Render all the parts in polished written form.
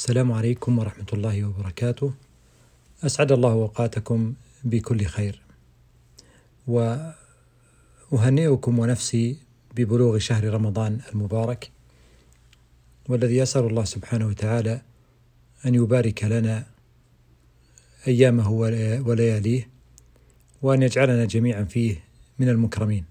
السلام عليكم ورحمة الله وبركاته. أسعد الله أوقاتكم بكل خير، وأهنئكم ونفسي ببلوغ شهر رمضان المبارك، والذي أسأل الله سبحانه وتعالى أن يبارك لنا أيامه ولياليه، وأن يجعلنا جميعا فيه من المكرمين.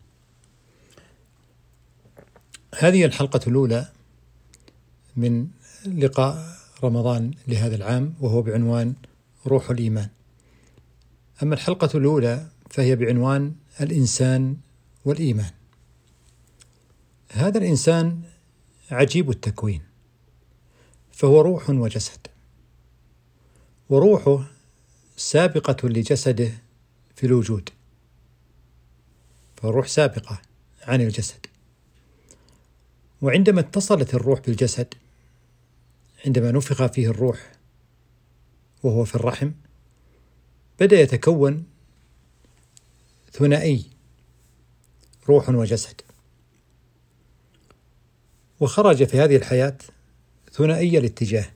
هذه الحلقة الأولى من لقاء رمضان لهذا العام، وهو بعنوان روح الإيمان. أما الحلقة الأولى فهي بعنوان الإنسان والإيمان. هذا الإنسان عجيب التكوين، فهو روح وجسد، وروحه سابقة لجسده في الوجود، فالروح سابقة عن الجسد. وعندما اتصلت الروح بالجسد، عندما نفخ فيه الروح وهو في الرحم، بدأ يتكون ثنائي روح وجسد، وخرج في هذه الحياة ثنائي الاتجاه،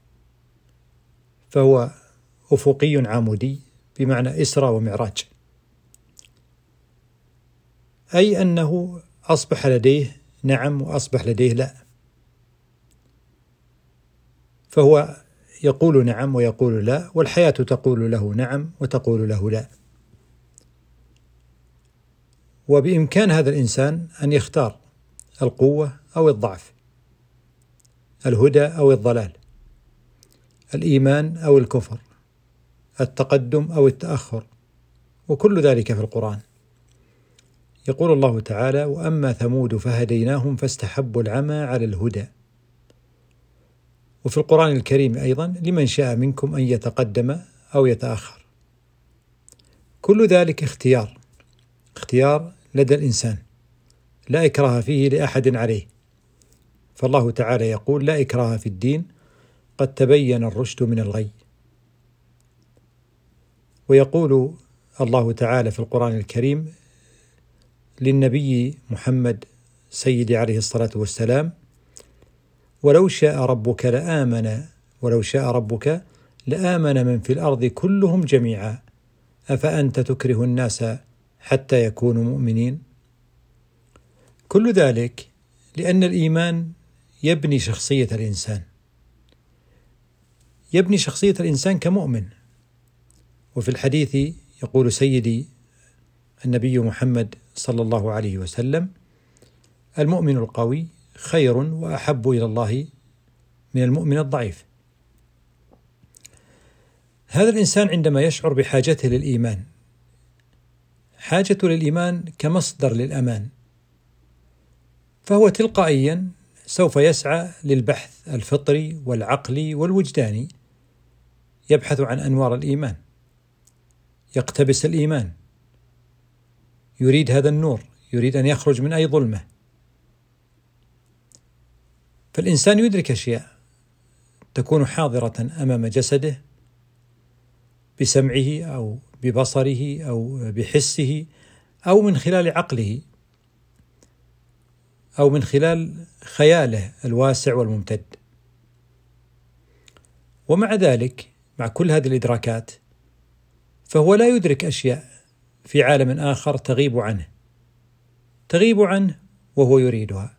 فهو أفقي عمودي بمعنى إسرى ومعراج، أي أنه أصبح لديه نعم وأصبح لديه لا، فهو يقول نعم ويقول لا، والحياة تقول له نعم وتقول له لا. وبإمكان هذا الإنسان أن يختار القوة أو الضعف، الهدى أو الضلال، الإيمان أو الكفر، التقدم أو التأخر، وكل ذلك في القرآن. يقول الله تعالى: وأما ثمود فهديناهم فاستحبوا العمى على الهدى. وفي القرآن الكريم أيضا: لمن شاء منكم أن يتقدم أو يتأخر. كل ذلك اختيار لدى الإنسان، لا إكراه فيه لأحد عليه، فالله تعالى يقول: لا إكراه في الدين قد تبين الرشد من الغي. ويقول الله تعالى في القرآن الكريم للنبي محمد سيدي عليه الصلاة والسلام: ولو شاء ربك لآمن من في الأرض كلهم جميعا أفأنت تكره الناس حتى يكونوا مؤمنين. كل ذلك لأن الإيمان يبني شخصية الإنسان كمؤمن. وفي الحديث يقول سيدي النبي محمد صلى الله عليه وسلم: المؤمن القوي خير وأحب إلى الله من المؤمن الضعيف. هذا الإنسان عندما يشعر بحاجته للإيمان، حاجته للإيمان كمصدر للأمان، فهو تلقائيا سوف يسعى للبحث الفطري والعقلي والوجداني، يبحث عن أنوار الإيمان، يقتبس الإيمان، يريد هذا النور، يريد أن يخرج من أي ظلمة. فالإنسان يدرك أشياء تكون حاضرة أمام جسده بسمعه أو ببصره أو بحسه أو من خلال عقله أو من خلال خياله الواسع والممتد. ومع ذلك، مع كل هذه الإدراكات، فهو لا يدرك أشياء في عالم آخر تغيب عنه وهو يريدها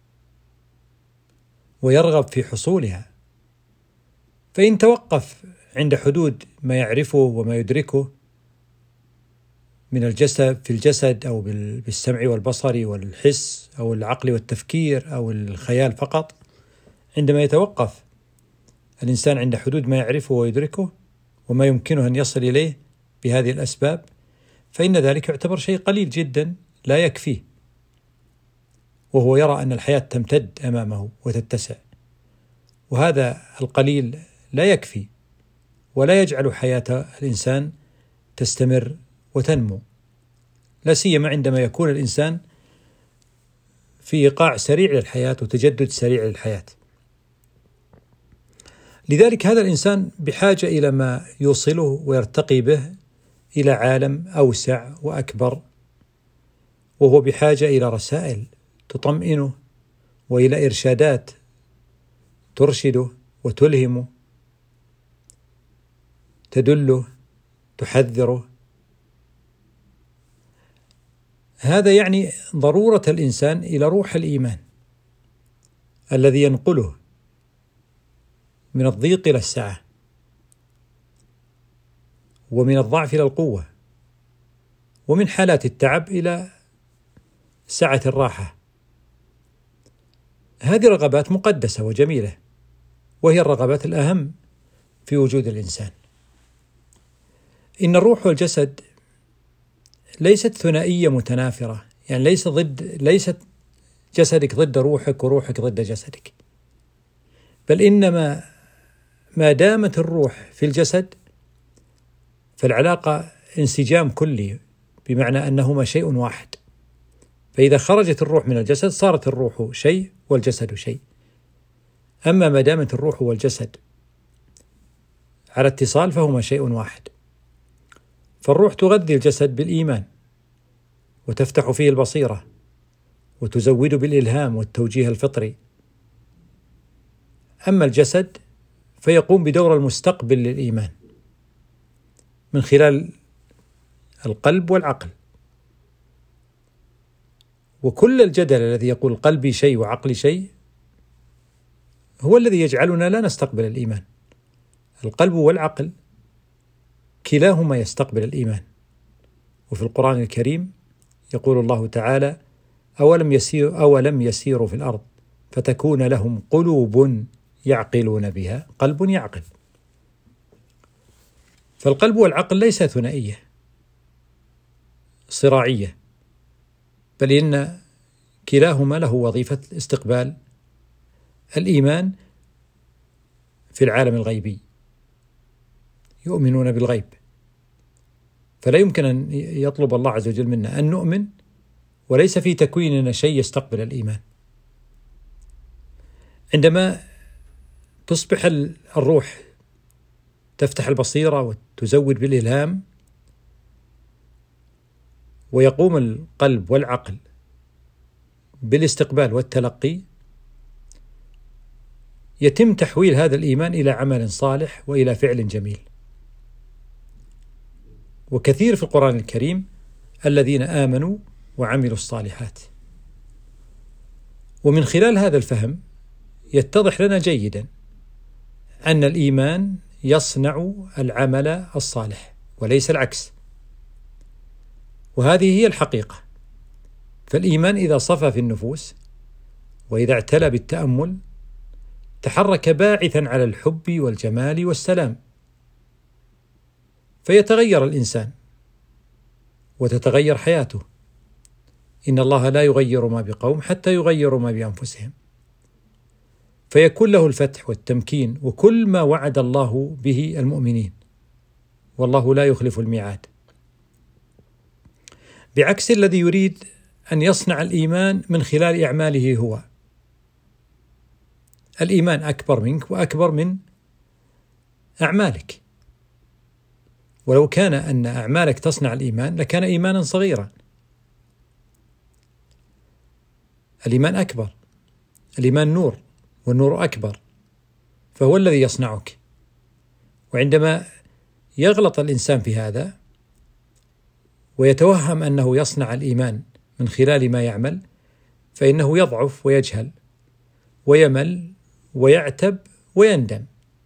ويرغب في حصولها. فإن توقف عند حدود ما يعرفه وما يدركه من الجسد في الجسد أو بالسمع والبصر والحس أو العقل والتفكير أو الخيال فقط، عندما يتوقف الإنسان عند حدود ما يعرفه ويدركه وما يمكنه أن يصل إليه بهذه الأسباب، فإن ذلك يعتبر شيء قليل جدا لا يكفيه، وهو يرى أن الحياة تمتد أمامه وتتسع، وهذا القليل لا يكفي ولا يجعل حياة الإنسان تستمر وتنمو، لا سيما عندما يكون الإنسان في إيقاع سريع للحياة وتجدد سريع للحياة. لذلك هذا الإنسان بحاجة إلى ما يوصله ويرتقي به إلى عالم أوسع وأكبر، وهو بحاجة إلى رسائل تطمئنه وإلى إرشادات ترشده وتلهمه، تدله، تحذره. هذا يعني ضرورة الإنسان إلى روح الإيمان الذي ينقله من الضيق إلى السعة، ومن الضعف إلى القوة، ومن حالات التعب إلى سعة الراحة. هذه رغبات مقدسة وجميلة، وهي الرغبات الأهم في وجود الإنسان. إن الروح والجسد ليست ثنائية متنافرة، يعني ليست جسدك ضد روحك وروحك ضد جسدك، بل إنما ما دامت الروح في الجسد فالعلاقة انسجام كلي، بمعنى أنهما شيء واحد. فإذا خرجت الروح من الجسد صارت الروح شيء والجسد شيء. أما ما دامت الروح والجسد على اتصال فهما شيء واحد. فالروح تغذي الجسد بالإيمان وتفتح فيه البصيرة وتزوده بالإلهام والتوجيه الفطري. أما الجسد فيقوم بدور المستقبل للإيمان من خلال القلب والعقل. وكل الجدل الذي يقول قلبي شيء وعقلي شيء هو الذي يجعلنا لا نستقبل الإيمان. القلب والعقل كلاهما يستقبل الإيمان. وفي القرآن الكريم يقول الله تعالى: أولم يسيروا في الأرض فتكون لهم قلوب يعقلون بها. قلب يعقل. فالقلب والعقل ليس ثنائية صراعية، بل إن كلاهما له وظيفة استقبال الإيمان في العالم الغيبي. يؤمنون بالغيب، فلا يمكن أن يطلب الله عز وجل منا أن نؤمن وليس في تكويننا شيء يستقبل الإيمان. عندما تصبح الروح تفتح البصيرة وتزود بالإلهام، ويقوم القلب والعقل بالاستقبال والتلقي، يتم تحويل هذا الإيمان إلى عمل صالح وإلى فعل جميل. وكثير في القرآن الكريم الذين آمنوا وعملوا الصالحات. ومن خلال هذا الفهم يتضح لنا جيدا أن الإيمان يصنع العمل الصالح وليس العكس. وهذه هي الحقيقة. فالإيمان إذا صفى في النفوس وإذا اعتلى بالتأمل تحرك باعثا على الحب والجمال والسلام، فيتغير الإنسان وتتغير حياته. إن الله لا يغير ما بقوم حتى يغيروا ما بأنفسهم. فيكون له الفتح والتمكين وكل ما وعد الله به المؤمنين، والله لا يخلف الميعاد، بعكس الذي يريد أن يصنع الإيمان من خلال أعماله هو. الإيمان أكبر منك وأكبر من أعمالك. ولو كان أن أعمالك تصنع الإيمان لكان إيمانا صغيرا. الإيمان أكبر، الإيمان نور، والنور أكبر، فهو الذي يصنعك. وعندما يغلط الإنسان في هذا ويتوهم أنه يصنع الإيمان من خلال ما يعمل، فإنه يضعف ويجهل ويمل ويعتب ويندم،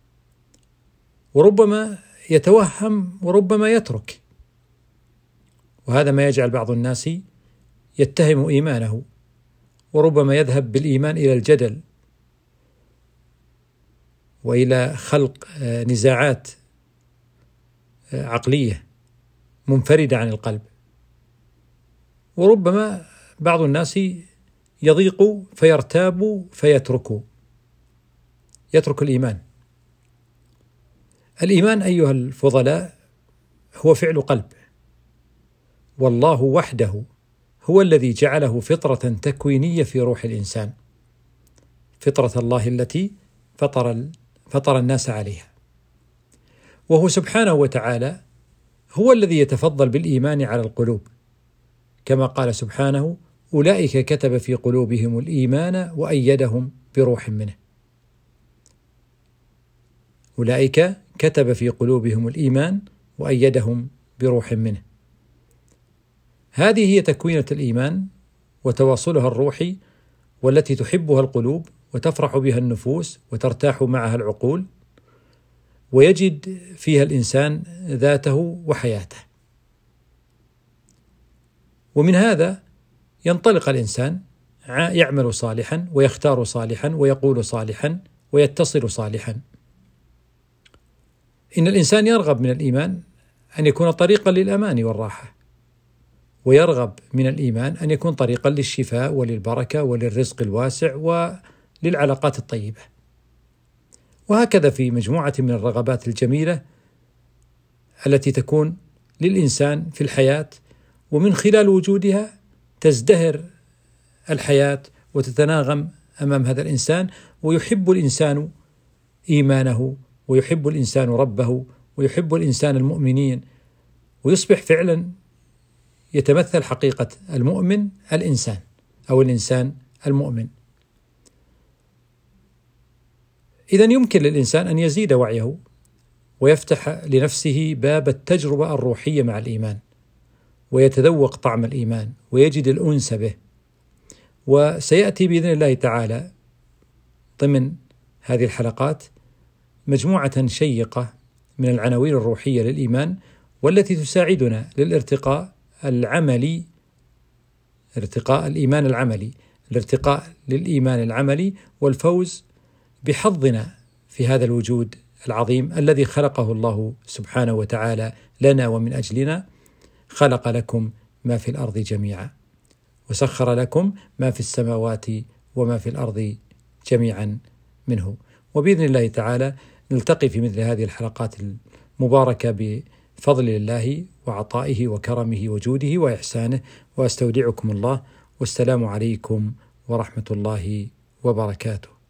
وربما يتوهم وربما يترك. وهذا ما يجعل بعض الناس يتهم إيمانه، وربما يذهب بالإيمان إلى الجدل وإلى خلق نزاعات عقلية منفردة عن القلب. وربما بعض الناس يضيق فيرتاب فيترك الإيمان. الإيمان أيها الفضلاء هو فعل قلب، والله وحده هو الذي جعله فطرة تكوينية في روح الإنسان، فطرة الله التي فطر الناس عليها. وهو سبحانه وتعالى هو الذي يتفضل بالإيمان على القلوب، كما قال سبحانه: أولئك كتب في قلوبهم الإيمان وأيدهم بروح منه. أولئك كتب في قلوبهم الإيمان وأيدهم بروح منه. هذه هي تكوينة الإيمان وتواصلها الروحي، والتي تحبها القلوب وتفرح بها النفوس وترتاح معها العقول، ويجد فيها الإنسان ذاته وحياته. ومن هذا ينطلق الإنسان يعمل صالحا ويختار صالحا ويقول صالحا ويتصل صالحا. إن الإنسان يرغب من الإيمان أن يكون طريقا للأمان والراحة، ويرغب من الإيمان أن يكون طريقا للشفاء وللبركة وللرزق الواسع وللعلاقات الطيبة. وهكذا في مجموعة من الرغبات الجميلة التي تكون للإنسان في الحياة، ومن خلال وجودها تزدهر الحياة وتتناغم أمام هذا الإنسان، ويحب الإنسان إيمانه، ويحب الإنسان ربه، ويحب الإنسان المؤمنين، ويصبح فعلا يتمثل حقيقة المؤمن الإنسان أو الإنسان المؤمن. إذن يمكن للإنسان أن يزيد وعيه ويفتح لنفسه باب التجربة الروحية مع الإيمان، ويتذوق طعم الإيمان ويجد الأنس به. وسيأتي بإذن الله تعالى ضمن هذه الحلقات مجموعة شيقة من العناوين الروحية للإيمان، والتي تساعدنا للارتقاء العملي، ارتقاء الإيمان العملي، الارتقاء للإيمان العملي، والفوز بحظنا في هذا الوجود العظيم الذي خلقه الله سبحانه وتعالى لنا ومن أجلنا. خلق لكم ما في الأرض جميعا، وسخر لكم ما في السماوات وما في الأرض جميعا منه. وبإذن الله تعالى نلتقي في مثل هذه الحلقات المباركة بفضل الله وعطائه وكرمه وجوده وإحسانه. وأستودعكم الله، والسلام عليكم ورحمة الله وبركاته.